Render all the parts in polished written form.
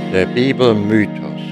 Der Bibelmythos.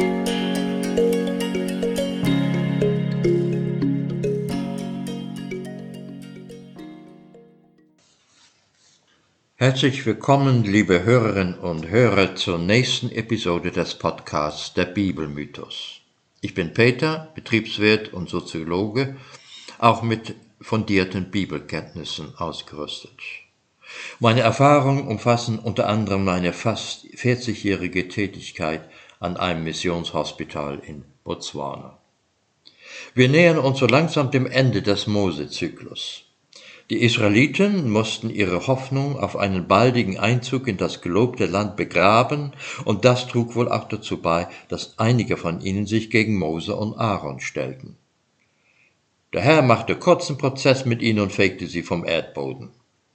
Herzlich willkommen, liebe Hörerinnen und Hörer, zur nächsten Episode des Podcasts Der Bibelmythos. Ich bin Peter, Betriebswirt und Soziologe, auch mit fundierten Bibelkenntnissen ausgerüstet. Meine Erfahrungen umfassen unter anderem meine fast 40-jährige Tätigkeit an einem Missionshospital in Botswana. Wir nähern uns so langsam dem Ende des Mose-Zyklus. Die Israeliten mussten ihre Hoffnung auf einen baldigen Einzug in das gelobte Land begraben, und das trug wohl auch dazu bei, dass einige von ihnen sich gegen Mose und Aaron stellten. Der Herr machte kurzen Prozess mit ihnen und fegte sie vom Erdboden.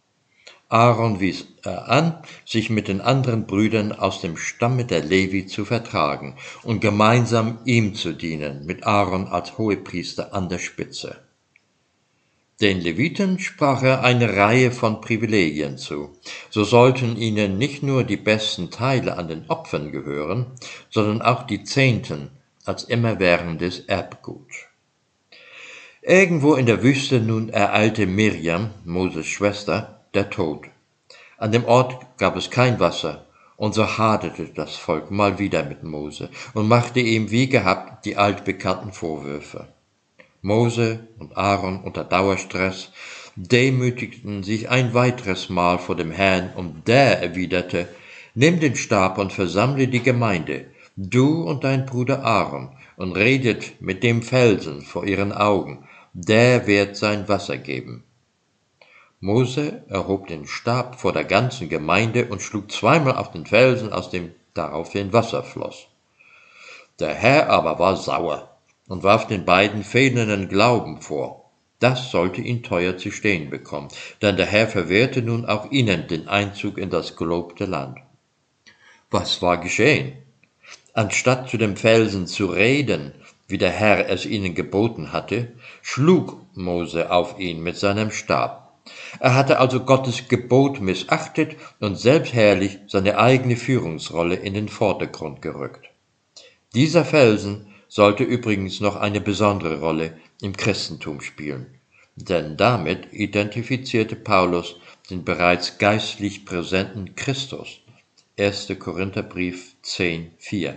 Aaron wies an, sich mit den anderen Brüdern aus dem Stamme der Levi zu vertragen und gemeinsam ihm zu dienen, mit Aaron als Hohepriester an der Spitze. Den Leviten sprach er eine Reihe von Privilegien zu. So sollten ihnen nicht nur die besten Teile an den Opfern gehören, sondern auch die Zehnten als immerwährendes Erbgut. Irgendwo in der Wüste nun ereilte Mirjam, Moses Schwester, der Tod. An dem Ort gab es kein Wasser, und so haderte das Volk mal wieder mit Mose und machte ihm wie gehabt die altbekannten Vorwürfe. Mose und Aaron unter Dauerstress demütigten sich ein weiteres Mal vor dem Herrn, und der erwiderte: Nimm den Stab und versammle die Gemeinde, du und dein Bruder Aaron, und redet mit dem Felsen vor ihren Augen, der wird sein Wasser geben. Mose erhob den Stab vor der ganzen Gemeinde und schlug zweimal auf den Felsen, aus dem daraufhin Wasser floss. Der Herr aber war sauer und warf den beiden fehlenden Glauben vor. Das sollte ihn teuer zu stehen bekommen, denn der Herr verwehrte nun auch ihnen den Einzug in das gelobte Land. Was war geschehen? Anstatt zu dem Felsen zu reden, wie der Herr es ihnen geboten hatte, schlug Mose auf ihn mit seinem Stab. Er hatte also Gottes Gebot missachtet und selbstherrlich seine eigene Führungsrolle in den Vordergrund gerückt. Dieser Felsen sollte übrigens noch eine besondere Rolle im Christentum spielen, denn damit identifizierte Paulus den bereits geistlich präsenten Christus. 1. Korintherbrief 10,4.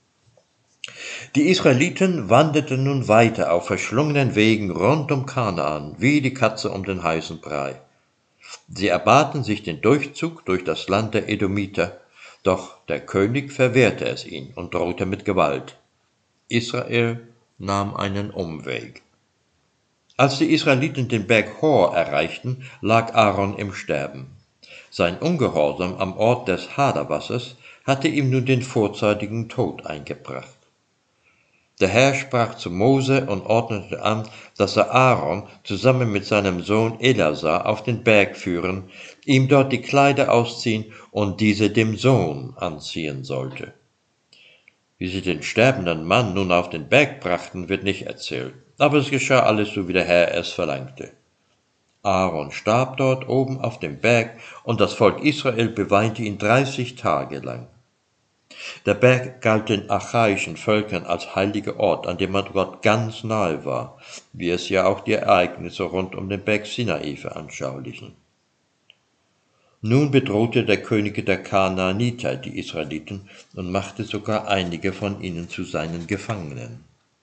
Die Israeliten wanderten nun weiter auf verschlungenen Wegen rund um Kanaan, wie die Katze um den heißen Brei. Sie erbaten sich den Durchzug durch das Land der Edomiter, doch der König verwehrte es ihnen und drohte mit Gewalt. Israel nahm einen Umweg. Als die Israeliten den Berg Hor erreichten, lag Aaron im Sterben. Sein Ungehorsam am Ort des Haderwassers hatte ihm nun den vorzeitigen Tod eingebracht. Der Herr sprach zu Mose und ordnete an, dass er Aaron zusammen mit seinem Sohn Eleazar auf den Berg führen, ihm dort die Kleider ausziehen und diese dem Sohn anziehen sollte. Wie sie den sterbenden Mann nun auf den Berg brachten, wird nicht erzählt, aber es geschah alles so, wie der Herr es verlangte. Aaron starb dort oben auf dem Berg, und das Volk Israel beweinte ihn 30 Tage lang. Der Berg galt den archaischen Völkern als heiliger Ort, an dem man Gott ganz nahe war, wie es ja auch die Ereignisse rund um den Berg Sinai veranschaulichen. Nun bedrohte der König der Kanaaniter die Israeliten und machte sogar einige von ihnen zu seinen Gefangenen.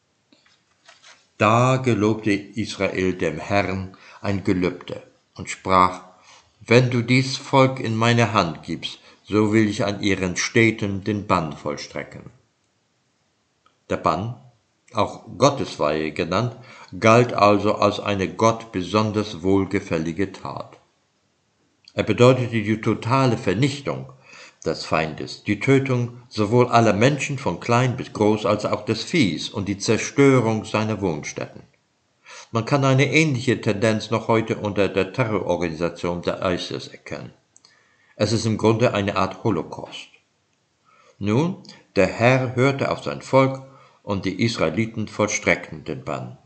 Da gelobte Israel dem Herrn ein Gelübde und sprach: Wenn du dies Volk in meine Hand gibst, so will ich an ihren Städten den Bann vollstrecken. Der Bann, auch Gottesweihe genannt, galt also als eine Gott besonders wohlgefällige Tat. Er bedeutete die totale Vernichtung des Feindes, die Tötung sowohl aller Menschen von klein bis groß als auch des Viehs und die Zerstörung seiner Wohnstätten. Man kann eine ähnliche Tendenz noch heute unter der Terrororganisation der ISIS erkennen. Es ist im Grunde eine Art Holocaust. Nun, der Herr hörte auf sein Volk, und die Israeliten vollstreckten den Bann.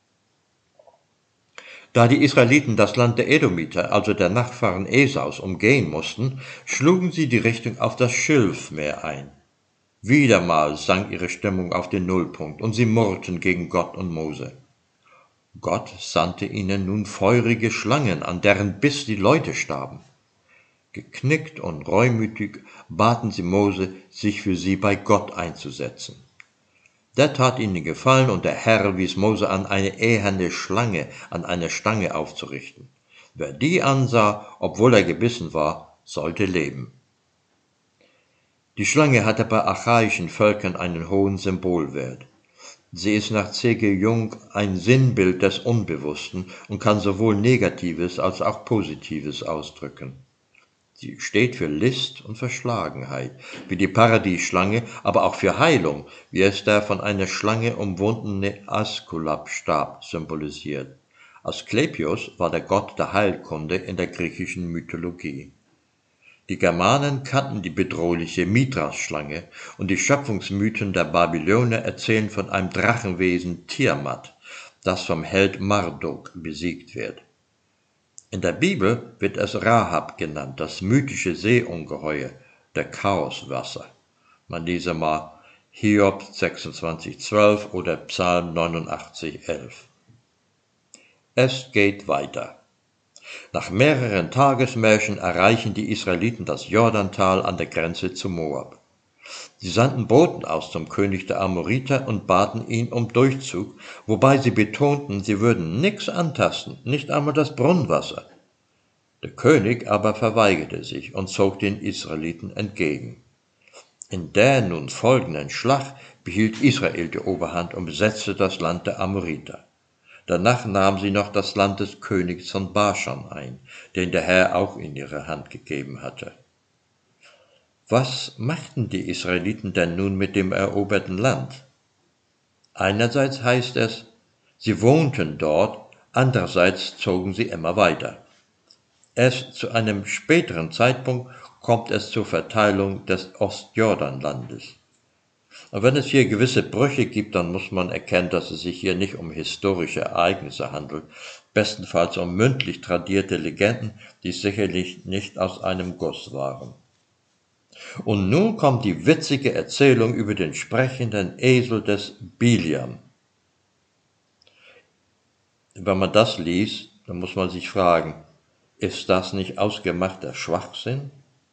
Da die Israeliten das Land der Edomiter, also der Nachfahren Esaus, umgehen mussten, schlugen sie die Richtung auf das Schilfmeer ein. Wieder mal sank ihre Stimmung auf den Nullpunkt und sie murrten gegen Gott und Mose. Gott sandte ihnen nun feurige Schlangen, an deren Biss die Leute starben. Geknickt und reumütig baten sie Mose, sich für sie bei Gott einzusetzen. Der tat ihnen Gefallen und der Herr wies Mose an, eine eherne Schlange an einer Stange aufzurichten. Wer die ansah, obwohl er gebissen war, sollte leben. Die Schlange hatte bei archaischen Völkern einen hohen Symbolwert. Sie ist nach C.G. Jung ein Sinnbild des Unbewussten und kann sowohl Negatives als auch Positives ausdrücken. Sie steht für List und Verschlagenheit, wie die Paradiesschlange, aber auch für Heilung, wie es der von einer Schlange umwundene Askulap-Stab symbolisiert. Asklepios war der Gott der Heilkunde in der griechischen Mythologie. Die Germanen kannten die bedrohliche Mithras-Schlange und die Schöpfungsmythen der Babylonier erzählen von einem Drachenwesen Tiamat, das vom Held Marduk besiegt wird. In der Bibel wird es Rahab genannt, das mythische Seeungeheuer, der Chaoswasser. Man lese mal Hiob 26,12 oder Psalm 89,11. Es geht weiter. Nach mehreren Tagesmärschen erreichen die Israeliten das Jordantal an der Grenze zu Moab. Sie sandten Boten aus zum König der Amoriter und baten ihn um Durchzug, wobei sie betonten, sie würden nichts antasten, nicht einmal das Brunnenwasser. Der König aber verweigerte sich und zog den Israeliten entgegen. In der nun folgenden Schlacht behielt Israel die Oberhand und besetzte das Land der Amoriter. Danach nahmen sie noch das Land des Königs von Baschan ein, den der Herr auch in ihre Hand gegeben hatte. Was machten die Israeliten denn nun mit dem eroberten Land? Einerseits heißt es, sie wohnten dort, andererseits zogen sie immer weiter. Erst zu einem späteren Zeitpunkt kommt es zur Verteilung des Ostjordanlandes. Und wenn es hier gewisse Brüche gibt, dann muss man erkennen, dass es sich hier nicht um historische Ereignisse handelt, bestenfalls um mündlich tradierte Legenden, die sicherlich nicht aus einem Guss waren. Und nun kommt die witzige Erzählung über den sprechenden Esel des Biliam. Wenn man das liest, dann muss man sich fragen, ist das nicht ausgemachter Schwachsinn?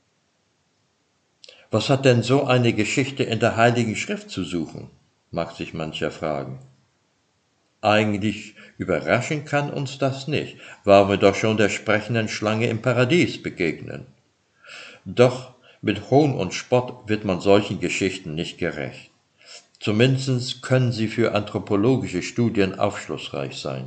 Was hat denn so eine Geschichte in der Heiligen Schrift zu suchen, mag sich mancher fragen. Eigentlich überraschen kann uns das nicht, weil wir doch schon der sprechenden Schlange im Paradies begegnen. Doch mit Hohn und Spott wird man solchen Geschichten nicht gerecht. Zumindest können sie für anthropologische Studien aufschlussreich sein.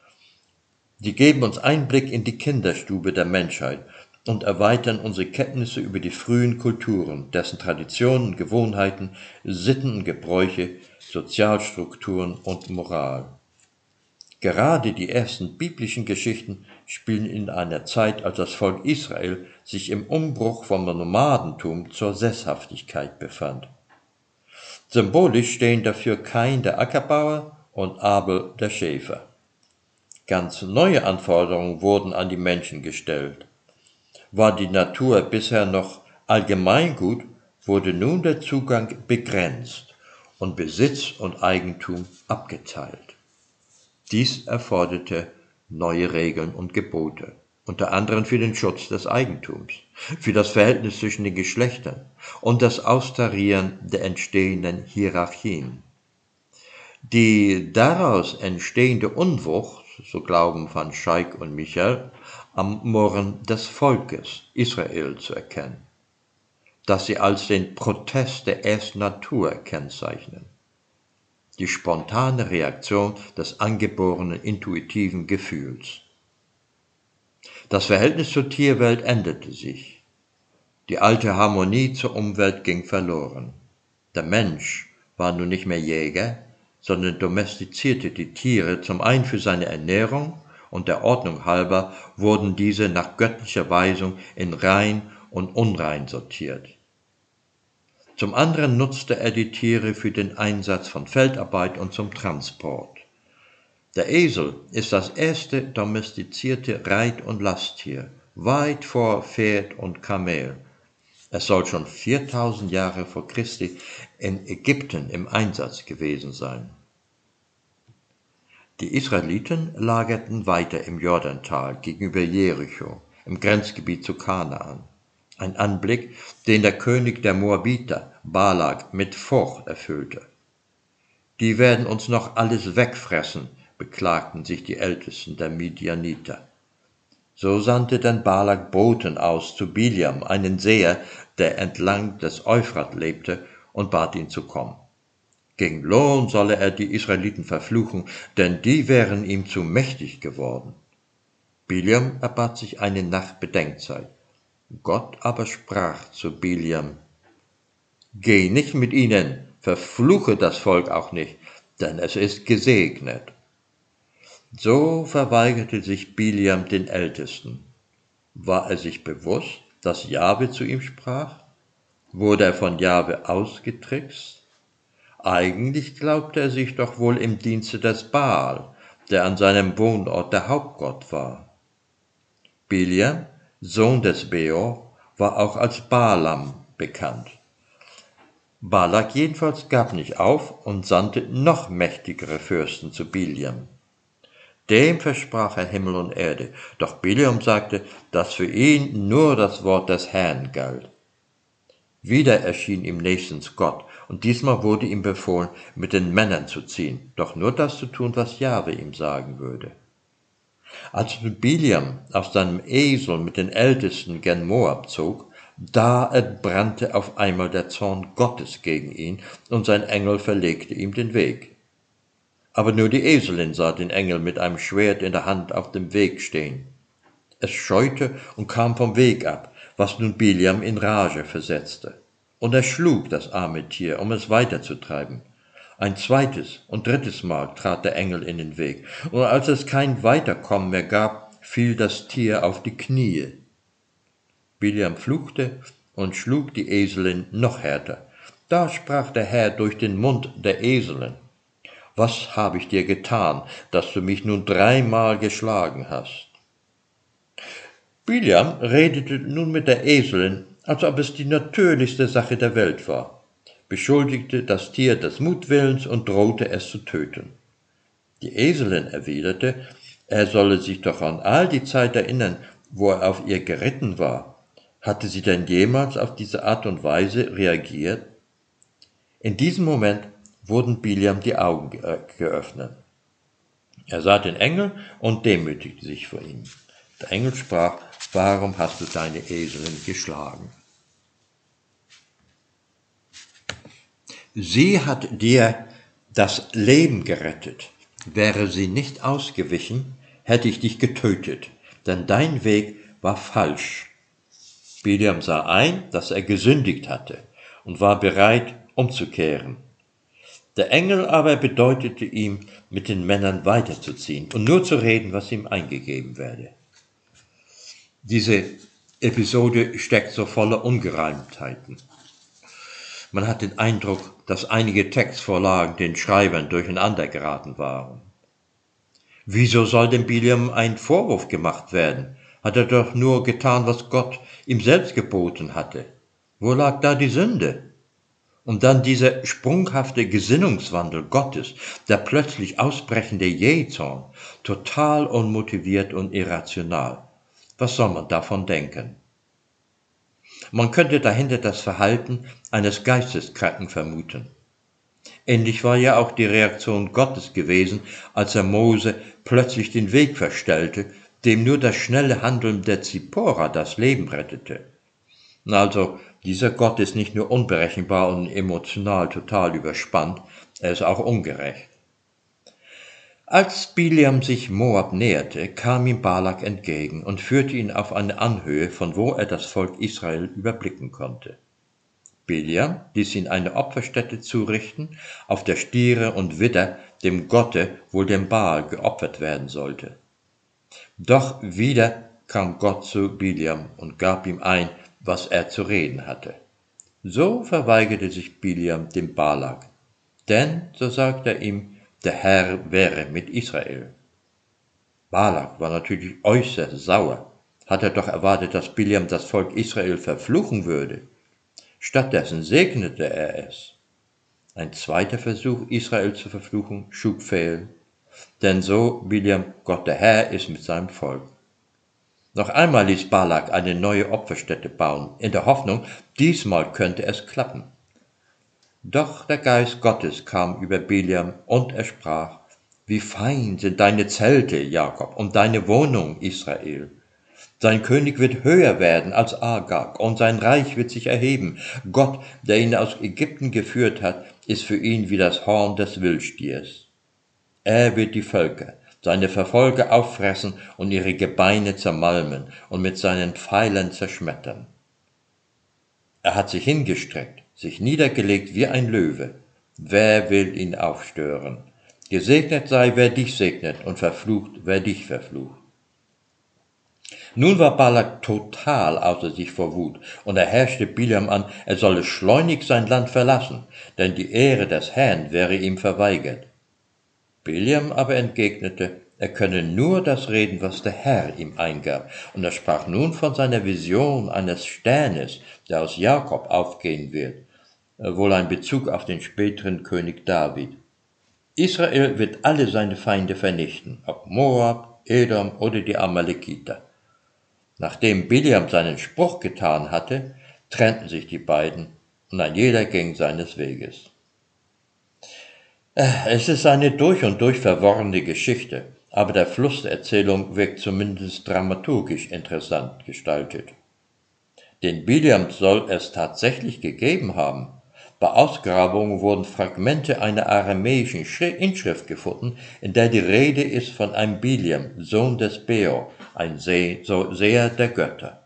Die geben uns Einblick in die Kinderstube der Menschheit und erweitern unsere Kenntnisse über die frühen Kulturen, dessen Traditionen, Gewohnheiten, Sitten und Gebräuche, Sozialstrukturen und Moral. Gerade die ersten biblischen Geschichten spielen in einer Zeit, als das Volk Israel sich im Umbruch vom Nomadentum zur Sesshaftigkeit befand. Symbolisch stehen dafür Kain der Ackerbauer und Abel der Schäfer. Ganz neue Anforderungen wurden an die Menschen gestellt. War die Natur bisher noch Allgemeingut, wurde nun der Zugang begrenzt und Besitz und Eigentum abgeteilt. Dies erforderte neue Regeln und Gebote, unter anderem für den Schutz des Eigentums, für das Verhältnis zwischen den Geschlechtern und das Austarieren der entstehenden Hierarchien. Die daraus entstehende Unwucht, so glauben van Schaik und Michel, am Murren des Volkes Israel zu erkennen, das sie als den Protest der ersten Natur kennzeichnen, die spontane Reaktion des angeborenen intuitiven Gefühls. Das Verhältnis zur Tierwelt änderte sich. Die alte Harmonie zur Umwelt ging verloren. Der Mensch war nun nicht mehr Jäger, sondern domestizierte die Tiere zum einen für seine Ernährung und der Ordnung halber wurden diese nach göttlicher Weisung in rein und unrein sortiert. Zum anderen nutzte er die Tiere für den Einsatz von Feldarbeit und zum Transport. Der Esel ist das erste domestizierte Reit- und Lasttier, weit vor Pferd und Kamel. Es soll schon 4000 Jahre vor Christi in Ägypten im Einsatz gewesen sein. Die Israeliten lagerten weiter im Jordantal gegenüber Jericho, im Grenzgebiet zu Kanaan. Ein Anblick, den der König der Moabiter, Balak, mit Furcht erfüllte. Die werden uns noch alles wegfressen, beklagten sich die Ältesten der Midianiter. So sandte dann Balak Boten aus zu Biliam, einen Seher, der entlang des Euphrat lebte, und bat ihn zu kommen. Gegen Lohn solle er die Israeliten verfluchen, denn die wären ihm zu mächtig geworden. Biliam erbat sich eine Nacht Bedenkzeit. Gott aber sprach zu Biliam: Geh nicht mit ihnen, verfluche das Volk auch nicht, denn es ist gesegnet. So verweigerte sich Biliam den Ältesten. War er sich bewusst, dass Jahwe zu ihm sprach? Wurde er von Jahwe ausgetrickst? Eigentlich glaubte er sich doch wohl im Dienste des Baal, der an seinem Wohnort der Hauptgott war. Biliam, Sohn des Beor, war auch als Balaam bekannt. Balak jedenfalls gab nicht auf und sandte noch mächtigere Fürsten zu Biliam. Dem versprach er Himmel und Erde, doch Biliam sagte, dass für ihn nur das Wort des Herrn galt. Wieder erschien ihm nächstens Gott, und diesmal wurde ihm befohlen, mit den Männern zu ziehen, doch nur das zu tun, was Jahwe ihm sagen würde. Als Biliam auf seinem Esel mit den Ältesten gen Moab zog, da entbrannte auf einmal der Zorn Gottes gegen ihn, und sein Engel verlegte ihm den Weg. Aber nur die Eselin sah den Engel mit einem Schwert in der Hand auf dem Weg stehen. Es scheute und kam vom Weg ab, was nun Biliam in Rage versetzte. Und er schlug das arme Tier, um es weiterzutreiben. Ein zweites und drittes Mal trat der Engel in den Weg, und als es kein Weiterkommen mehr gab, fiel das Tier auf die Knie. Biliam fluchte und schlug die Eselin noch härter. Da sprach der Herr durch den Mund der Eselin: Was habe ich dir getan, dass du mich nun 3-mal geschlagen hast? Biliam redete nun mit der Eselin, als ob es die natürlichste Sache der Welt war, beschuldigte das Tier des Mutwillens und drohte es zu töten. Die Eselin erwiderte, er solle sich doch an all die Zeit erinnern, wo er auf ihr geritten war. Hatte sie denn jemals auf diese Art und Weise reagiert? In diesem Moment wurden Biliam die Augen geöffnet. Er sah den Engel und demütigte sich vor ihm. Der Engel sprach: Warum hast du deine Eselin geschlagen? Sie hat dir das Leben gerettet. Wäre sie nicht ausgewichen, hätte ich dich getötet, denn dein Weg war falsch. Biliam sah ein, dass er gesündigt hatte und war bereit, umzukehren. Der Engel aber bedeutete ihm, mit den Männern weiterzuziehen und nur zu reden, was ihm eingegeben werde. Diese Episode steckt so voller Ungereimtheiten. Man hat den Eindruck, dass einige Textvorlagen den Schreibern durcheinander geraten waren. Wieso soll dem Biliam ein Vorwurf gemacht werden? Hat er doch nur getan, was Gott ihm selbst geboten hatte. Wo lag da die Sünde? Und dann dieser sprunghafte Gesinnungswandel Gottes, der plötzlich ausbrechende Jähzorn, total unmotiviert und irrational. Was soll man davon denken? Man könnte dahinter das Verhalten eines Geisteskranken vermuten. Ähnlich war ja auch die Reaktion Gottes gewesen, als er Mose plötzlich den Weg verstellte, dem nur das schnelle Handeln der Zippora das Leben rettete. Also, dieser Gott ist nicht nur unberechenbar und emotional total überspannt, er ist auch ungerecht. Als Biliam sich Moab näherte, kam ihm Balak entgegen und führte ihn auf eine Anhöhe, von wo er das Volk Israel überblicken konnte. Biliam ließ ihn eine Opferstätte zurichten, auf der Stiere und Widder dem Gotte, wohl dem Baal, geopfert werden sollte. Doch wieder kam Gott zu Biliam und gab ihm ein, was er zu reden hatte. So verweigerte sich Biliam dem Balak, denn, so sagte er ihm, der Herr wäre mit Israel. Balak war natürlich äußerst sauer. Hat er doch erwartet, dass Biliam das Volk Israel verfluchen würde. Stattdessen segnete er es. Ein zweiter Versuch, Israel zu verfluchen, schlug fehl, denn so Bileam, Gott der Herr ist mit seinem Volk. Noch einmal ließ Balak eine neue Opferstätte bauen, in der Hoffnung, diesmal könnte es klappen. Doch der Geist Gottes kam über Bileam und er sprach: Wie fein sind deine Zelte, Jakob, und deine Wohnung, Israel. Sein König wird höher werden als Agag und sein Reich wird sich erheben. Gott, der ihn aus Ägypten geführt hat, ist für ihn wie das Horn des Wildstiers. Er wird die Völker, seine Verfolger auffressen und ihre Gebeine zermalmen und mit seinen Pfeilen zerschmettern. Er hat sich hingestreckt, sich niedergelegt wie ein Löwe. Wer will ihn aufstören? Gesegnet sei, wer dich segnet, und verflucht, wer dich verflucht. Nun war Balak total außer sich vor Wut, und er herrschte Bileam an, er solle schleunig sein Land verlassen, denn die Ehre des Herrn wäre ihm verweigert. Bileam aber entgegnete, er könne nur das reden, was der Herr ihm eingab, und er sprach nun von seiner Vision eines Sternes, der aus Jakob aufgehen wird, wohl ein Bezug auf den späteren König David. Israel wird alle seine Feinde vernichten, ob Moab, Edom oder die Amalekiter. Nachdem Bileam seinen Spruch getan hatte, trennten sich die beiden, und ein jeder ging seines Weges. Es ist eine durch und durch verworrene Geschichte, aber der Fluss der Erzählung wirkt zumindest dramaturgisch interessant gestaltet. Den Bileam soll es tatsächlich gegeben haben. Bei Ausgrabungen wurden Fragmente einer aramäischen Inschrift gefunden, in der die Rede ist von einem Bileam, Sohn des Beor, ein Seher der Götter.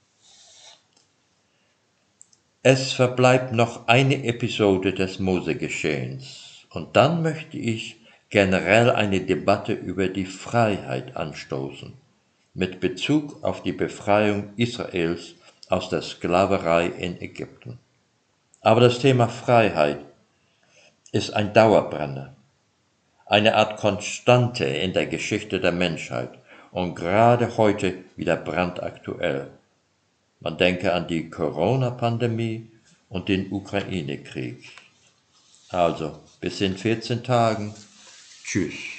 Es verbleibt noch eine Episode des Mose-Geschehens, und dann möchte ich generell eine Debatte über die Freiheit anstoßen, mit Bezug auf die Befreiung Israels aus der Sklaverei in Ägypten. Aber das Thema Freiheit ist ein Dauerbrenner, eine Art Konstante in der Geschichte der Menschheit und gerade heute wieder brandaktuell. Man denke an die Corona-Pandemie und den Ukraine-Krieg. Also, bis in 14 Tagen. Tschüss.